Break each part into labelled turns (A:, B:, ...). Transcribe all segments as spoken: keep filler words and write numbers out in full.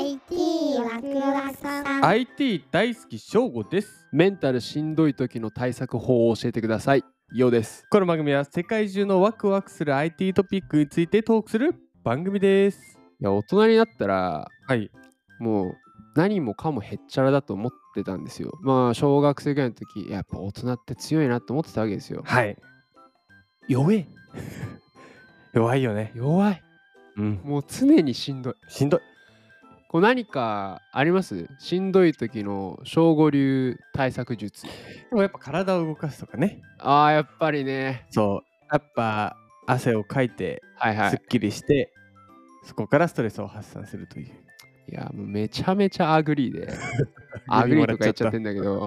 A: イティー ワクワクさん
B: アイティー 大好き翔吾です。
C: メンタルしんどい時の対策法を教えてください。ようです。
B: この番組は世界中のワクワクする アイティー トピックについてトークする番組です。
C: いや、大人になったら
B: はい。
C: もう何もかもへっちゃらだと思ってたんですよ。まあ小学生ぐらいの時、やっぱ大人って強いなと思ってたわけですよ。
B: はい。弱い。弱いよね。
C: 弱い。
B: うん。
C: もう常にしんどい。
B: しんどい。
C: こう何かあります？しんどい時の翔吾流対策術。
B: でもやっぱ体を動かすとかね。
C: ああ、やっぱりね。
B: そう。やっぱ汗をかいて、
C: はいはい。
B: すっきりして、そこからストレスを発散するという。
C: いや、もうめちゃめちゃアグリーで。アグリーとか言っちゃってんだけど。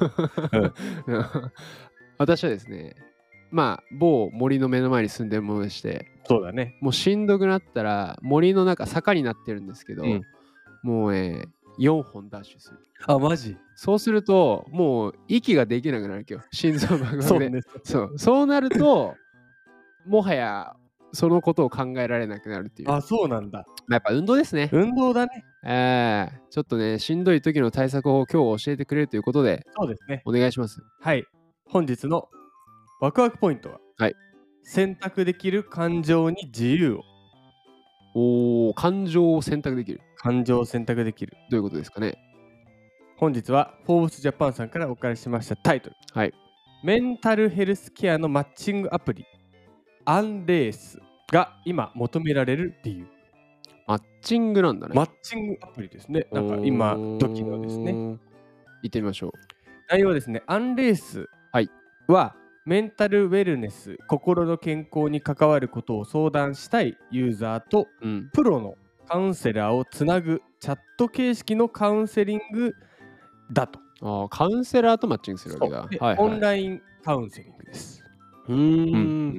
C: 私はですね、まあ某森の目の前に住んでるものでして、
B: そうだね。
C: もうしんどくなったら森の中坂になってるんですけど、
B: うん
C: もうねよんほんダッシュする。
B: あ、マジ？
C: そうするともう息ができなくなるわけよ、心臓爆発で。
B: そうね。
C: そうそうなるともはやそのことを考えられなくなるっていう。
B: あ、そうなんだ。
C: まあやっぱ運動ですね。
B: 運動だね。
C: えー、ちょっとねしんどい時の対策を今日教えてくれるということで
B: そうですね。
C: お願いします。
B: はい。本日のワクワクポイントは、
C: はい、
B: 選択できる感情に自由を。
C: おー、感情を選択できる。
B: 感情を選択できる。
C: どういうことですかね。
B: 本日はフォーブスジャパンさんからお借りしましたタイトル。
C: はい。
B: メンタルヘルスケアのマッチングアプリアンレースが今求められる理由。
C: マッチングなんだね。
B: マッチングアプリですね。なんか今時のですね。
C: 行ってみましょう。
B: 内容はですね、アンレースはメンタルウェルネス、心の健康に関わることを相談したいユーザーと、
C: うん、
B: プロのカウンセラーをつなぐチャット形式のカウンセリングだと。
C: あ、カウンセラーとマッチングするわけだ。
B: で、
C: はいはい、
B: オンラインカウンセリングです。
C: うーん、うん、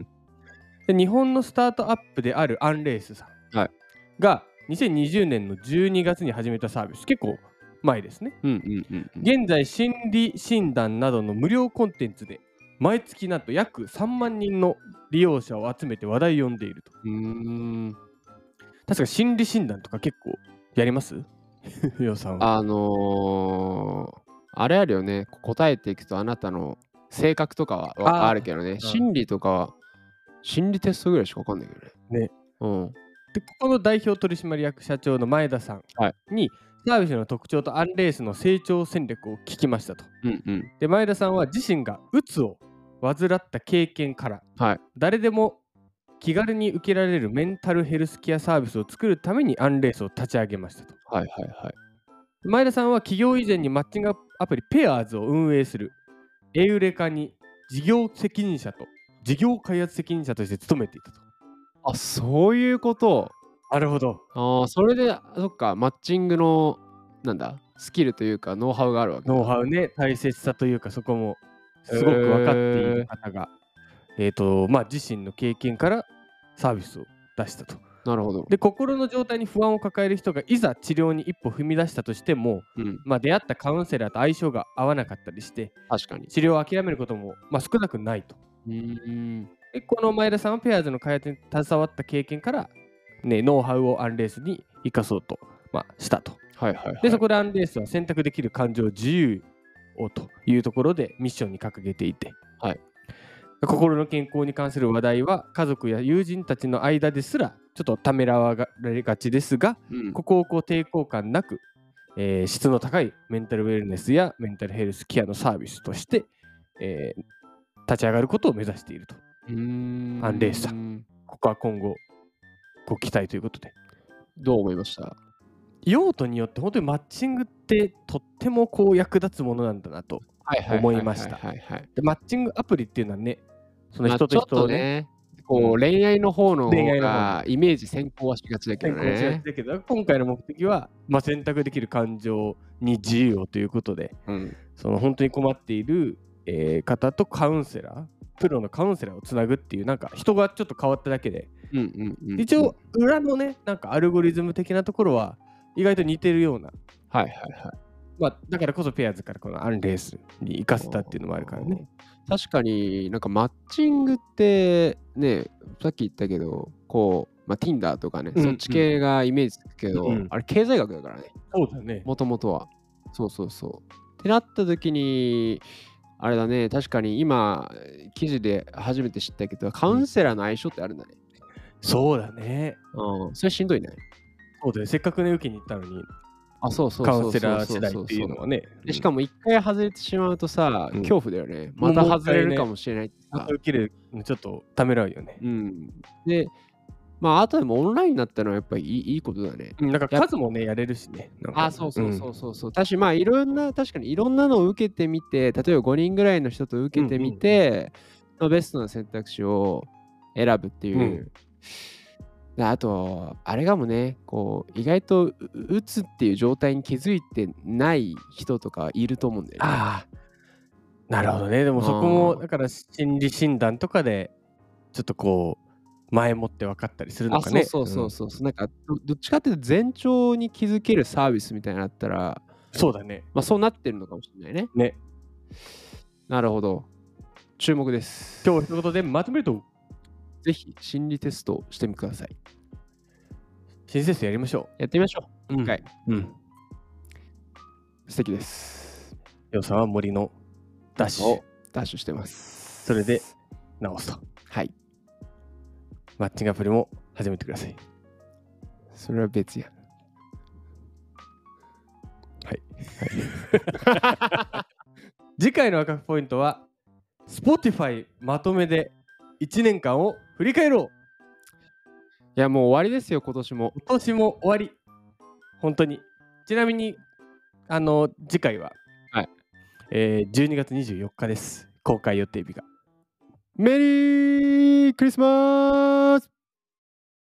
B: で日本のスタートアップであるアンレースさんがにせんにじゅうねんのじゅうにがつに始めたサービス。結構前ですね。
C: うんうんうんうん、
B: 現在心理診断などの無料コンテンツで毎月なんと約さんまんにんの利用者を集めて話題を呼んでいると。
C: うーん、
B: 確か心理診断とか結構やります？ようさんは。
C: あのー、あれあるよね。答えていくとあなたの性格とかはあるけどね。心理とかは心理テストぐらいしかわかんないけどね。
B: ね。
C: うん。
B: で、ここの代表取締役社長の前田さんに、サービスの特徴とアンレースの成長戦略を聞きましたと。
C: うんうん、
B: で、前田さんは自身がうつを患った経験から、
C: はい、
B: 誰でも気軽に受けられるメンタルヘルスケアサービスを作るためにアンレースを立ち上げましたと。
C: はいはいはい。
B: 前田さんは企業以前にマッチングアプリペアーズを運営するエウレカに事業責任者と事業開発責任者として務めていたと。
C: あ、そういうこと。
B: なるほど。
C: ああ、それで、そっか、マッチングの、なんだ、スキルというか、ノウハウがあるわけだ。
B: ノウハウね、大切さというか、そこもすごく分かっている方が、えーと、まあ、自身の経験からサービスを出したと。
C: なるほど。
B: で、心の状態に不安を抱える人がいざ治療に一歩踏み出したとしても、
C: うん、
B: まあ、出会ったカウンセラーと相性が合わなかったりして、
C: 確かに
B: 治療を諦めることも、まあ、少なくないと。
C: うーん、
B: で、この前田さんはペアーズの開発に携わった経験から、ね、ノウハウをアンレースに生かそうと、まあ、したと。
C: はいはいはい。
B: で、そこでアンレースは選択できる感情自由をというところでミッションに掲げていて、
C: はい、
B: 心の健康に関する話題は家族や友人たちの間ですらちょっとためらわれがちですが、うん、ここをこう抵抗感なく、えー、質の高いメンタルウェルネスやメンタルヘルスケアのサービスとして、えー、立ち上がることを目指していると。
C: うーん、
B: アンレースさん、ここは今後ご期待ということで。
C: どう思いました？
B: 用途によって本当にマッチングってとってもこう役立つものなんだなと思いました。マッチングアプリっていうのはね、その人と人をね、
C: こう恋愛の方の方がイメージ先行はしがちだけどね。
B: 先行しがちだけど、今回の目的は、まあ、選択できる感情に自由をということで、うん、その本当に困っている、えー、方とカウンセラー、プロのカウンセラーをつなぐっていう、なんか人がちょっと変わっただけで、うんうんうんうん、一応裏のね、なんかアルゴリズム的なところは意外と似てるような。
C: はいはいはい。
B: まあ、だからこそペアーズからこのアンレースに生かせたっていうのもあるからね。
C: 確かになんかマッチングってね、さっき言ったけど、こうまあ、Tinder とかね、
B: うんうん
C: そっち系がイメージつくけど、
B: うん
C: あれ経済学だからね、
B: そうだね。
C: もともとは。そうそうそう。ってなった時に、あれだね、確かに今、記事で初めて知ったけど、カウンセラーの相性ってあるんだね。
B: そうだね。
C: うん、それしんどいね。
B: そうだよ。せっかくね、受けに行ったのに、
C: あ、そうそう
B: カ
C: そうそう
B: ウンセラー
C: そうそう
B: 次第っていうのはね。
C: でしかも一回外れてしまうとさ、
B: うん
C: 恐怖だよね。また外れるかもしれないってさ
B: また受けるのちょっとためらうよね。
C: うん。で、まあ、あとでもオンラインになったのはやっぱりいいいいことだね。
B: うんなんか数もね、やれるしね。なんか
C: あ、そうそうそうそうそう。確かにまあいろんな、確かにいろんなのを受けてみて、例えばごにんぐらいの人と受けてみて、まあベストな選択肢を選ぶっていう。
B: うん
C: であと、あれかもね、こう、意外とう打つっていう状態に気づいてない人とかいると思うんだよね。
B: ああ、なるほどね。でもそこも、だから心理診断とかで、ちょっとこう、前もって分かったりするの
C: あ、
B: かね。
C: そうそうそうそう。なんかど、どっちかっていうと前兆に気づけるサービスみたいになったら、
B: そうだね。
C: まあそうなってるのかもしれないね。
B: ね。
C: なるほど。注目です。
B: 今日一言でまとめると、
C: ぜひ心理テストをしてみてください。
B: 心理テストやりましょ
C: やってみましょ
B: う。うん
C: 一回。
B: うん。
C: 素敵です。
B: ようさんは森のダッシュ
C: お。ダッシュしてます。
B: それで直すと。
C: はい。
B: マッチングアプリも始めてください。
C: それは別や。
B: はい。次回の赤くポイントは Spotify まとめでいちねんかんを振り返ろう。
C: いや、もう終わりですよ、今年も。
B: 今年も終わり。本当に。ちなみに、あの、次回は、
C: はい
B: えー、じゅうにがつにじゅうよっかです。公開予定日が。
C: メリークリスマス